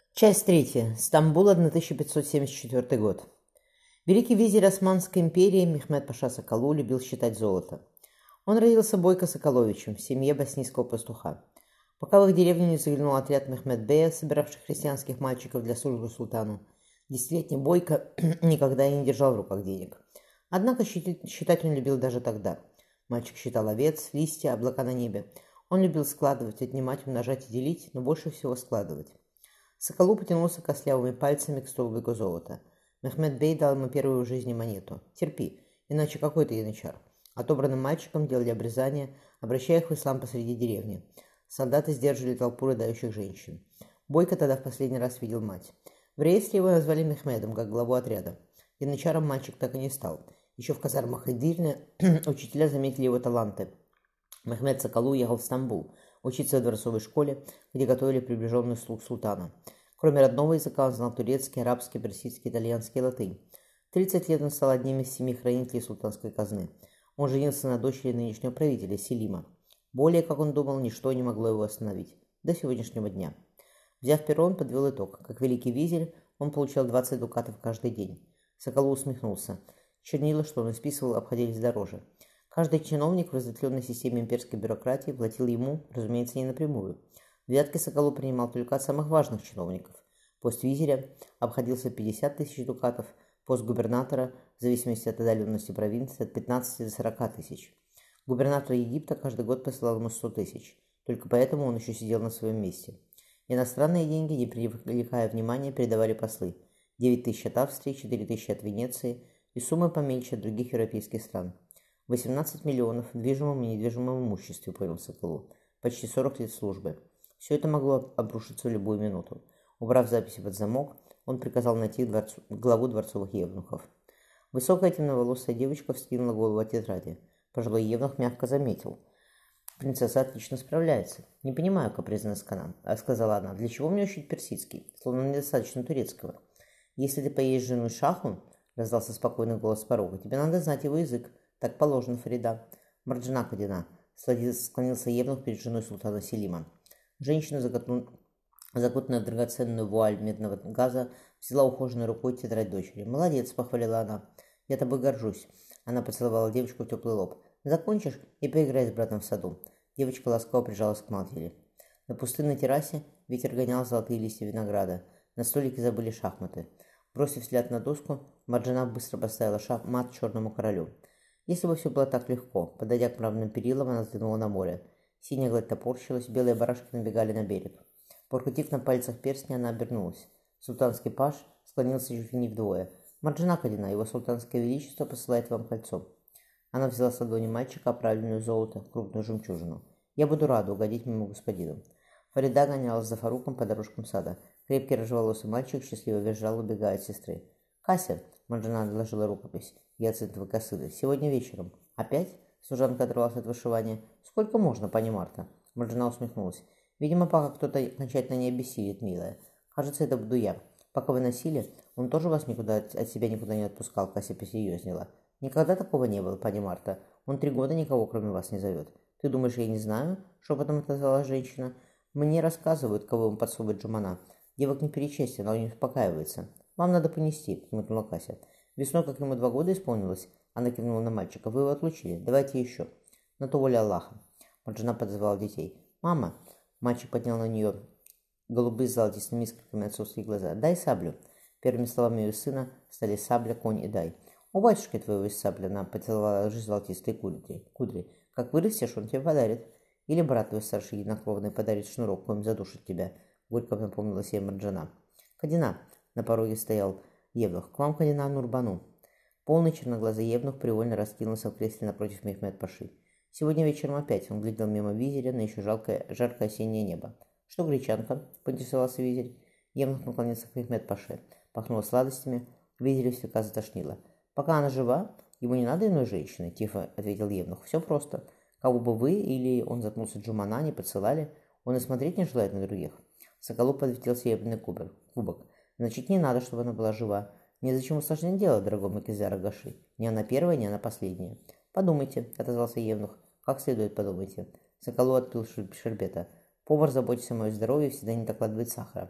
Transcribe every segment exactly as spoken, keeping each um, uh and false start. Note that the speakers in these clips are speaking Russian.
Часть третья. Стамбул, тысяча пятьсот семьдесят четвёртый год. Великий визирь Османской империи Мехмед Паша Соколу любил считать золото. Он родился Бойко Соколовичем в семье боснийского пастуха. Пока в их деревню не заглянул отряд Мехмед-бея, собиравших христианских мальчиков для службы султану, десятилетний Бойко никогда и не держал в руках денег. Однако считать он любил даже тогда. Мальчик считал овец, листья, облака на небе. Он любил складывать, отнимать, умножать и делить, но больше всего складывать. Соколу потянулся костлявыми пальцами к столбику золота. Мехмед-бей дал ему первую в жизни монету. «Терпи, иначе какой ты янычар». Отобранным мальчикам делали обрезание, обращая их в ислам посреди деревни. Солдаты сдерживали толпу рыдающих женщин. Бойко тогда в последний раз видел мать. В реестре его назвали Мехмедом, как главу отряда. Янычаром мальчик так и не стал. Еще в казармах Эдирны учителя заметили его таланты. Мехмед Соколу ехал в Стамбул учиться в дворцовой школе, где готовили приближенных слуг султана. Кроме родного языка, он знал турецкий, арабский, персидский, итальянский и латынь. В тридцать лет он стал одним из семи хранителей султанской казны. Он женился на дочери нынешнего правителя, Селима. Более, как он думал, ничто не могло его остановить. До сегодняшнего дня. Взяв перо, он подвел итог. Как великий визирь, он получал двадцать дукатов каждый день. Соколу усмехнулся. Чернила, что он исписывал, обходились дороже. Каждый чиновник в разветвленной системе имперской бюрократии платил ему, разумеется, не напрямую. Взятки Соколу принимал только от самых важных чиновников. Пост визиря обходился пятьдесят тысяч дукатов, пост губернатора, в зависимости от отдаленности провинции, от пятнадцати до сорока тысяч. Губернатор Египта каждый год посылал ему сто тысяч, только поэтому он еще сидел на своем месте. Иностранные деньги, не привлекая внимания, передавали послы. девять тысяч от Австрии, четыре тысячи от Венеции и суммы поменьше от других европейских стран. восемнадцать миллионов в движимом и недвижимом имуществе, понял Соколу. Почти сорок лет службы. Все это могло обрушиться в любую минуту. Убрав записи под замок, он приказал найти дворцу, главу дворцовых евнухов. Высокая темноволосая девочка вскинула голову от тетради. Пожилой евнух мягко заметил. «Принцесса отлично справляется. Не понимаю, капризно сказала она. Для чего мне учить персидский? Словно недостаточно турецкого. Если ты поедешь с женой шаху, раздался спокойный голос с порога, тебе надо знать его язык. Так положено, Фарида. Марджана Кадина», склонился евнух перед женой султана Селима. Женщина, закутанная в драгоценную вуаль медного газа, взяла ухоженной рукой тетрадь дочери. «Молодец», — похвалила она. «Я тобой горжусь». Она поцеловала девочку в теплый лоб. «Закончишь и поиграй с братом в саду». Девочка ласково прижалась к матери. На пустынной террасе ветер гонял золотые листья винограда. На столике забыли шахматы. Бросив взгляд на доску, Марджана быстро поставила шах мат черному королю. Если бы все было так легко, подойдя к мраморным перилам, она взглянула на море. Синяя гладь топорщилась, белые барашки набегали на берег. Прокрутив на пальцах перстня, она обернулась. Султанский паж склонился чуть ли не вдвое. «Марджана Кадина, его султанское величество посылает вам кольцо». Она взяла с ладони мальчика оправленную золото, крупную жемчужину. «Я буду рада угодить моему господину». Фарида гонялась за Фаруком по дорожкам сада. Крепкий рыжеволосый мальчик счастливо визжал, убегая от сестры. «Кася», — Марджана отложила рукопись, — «гиацинтовой косыды. Сегодня вечером». «Опять?» — служанка оторвалась от вышивания. «Сколько можно, пани Марта?» Марджана усмехнулась. «Видимо, пока кто-то окончательно не обессилит, милая. Кажется, это буду я. Пока вы носили, он тоже вас никуда от себя никуда не отпускал», — Кася посерьезнела. «Никогда такого не было, пани Марта. Он три года никого, кроме вас, не зовет». «Ты думаешь, я не знаю?» — шепотом отозвалась женщина. «Мне рассказывают, кого им подсовывает Джумана. Девок не перечесть, она не успокаивается. Вам надо понести», — хмыкнула Кася. «Весной, как ему два года исполнилось», — она кивнула на мальчика. «Вы его отлучили. Давайте еще». «На то воля Аллаха». Марджана подозвала детей. «Мама!» — мальчик поднял на нее голубые с золотистыми искорками отцовские глаза. «Дай саблю». Первыми словами ее сына стали сабля, конь и дай. «У батюшки твоего есть сабля», — она поцеловала рыжие золотистые кудри. кудри. «Как вырастешь, он тебе подарит. Или брат твой старший единокровный подарит шнурок, коим задушит тебя», — горько напомнила себе Марджана. «Кадина!» — на пороге стоял евнух. «К вам, Кадина Нурбану». Полный черноглазый евнух привольно раскинулся в кресле напротив Мехмед-паши. Сегодня вечером опять он глядел мимо визиря на еще жалкое, жаркое осеннее небо. «Что, гречанка?» — поинтересовался визирь. Евнух наклонился к Мехмед-паше. Пахнуло сладостями. Визиря слегка затошнило. «Пока она жива, ему не надо иной женщины», — тихо ответил евнух. «Все просто. Кого бы вы или он запнулся Джумана не поцелали, он и смотреть не желает на других». Соколу подвертел серебряный кубок. кубок. «Значит, не надо, чтобы она была жива. Незачем усложнять дело, дорогой Макизар Агаши. Не она первая, не она последняя». «Подумайте», — отозвался евнух. «Как следует подумайте». Соколу отпил шербета. «Повар, заботится о моем здоровье, всегда не докладывает сахара».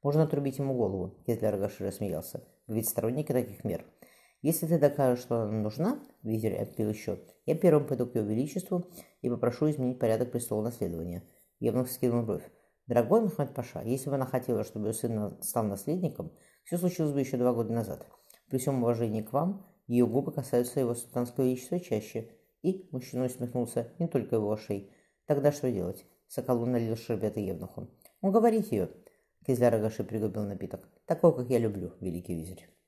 Можно отрубить ему голову. Кизляр Агаши рассмеялся. Вы ведь сторонники таких мер. Если ты докажешь, что она нужна, визирь отпил еще, я первым пойду к его величеству и попрошу изменить порядок престола наследования. Евнух скинул бровь. Дорогой Мехмед Паша, если бы она хотела, чтобы ее сын стал наследником, все случилось бы еще два года назад. При всем уважении к вам, ее губы касаются его султанского величества чаще. И мужчина усмехнулся, не только его ушей. Тогда что делать? Соколун налил шербета Евнуху. Уговорите ее. Кизляр Агаши пригубил напиток. Такой, как я люблю, великий визирь.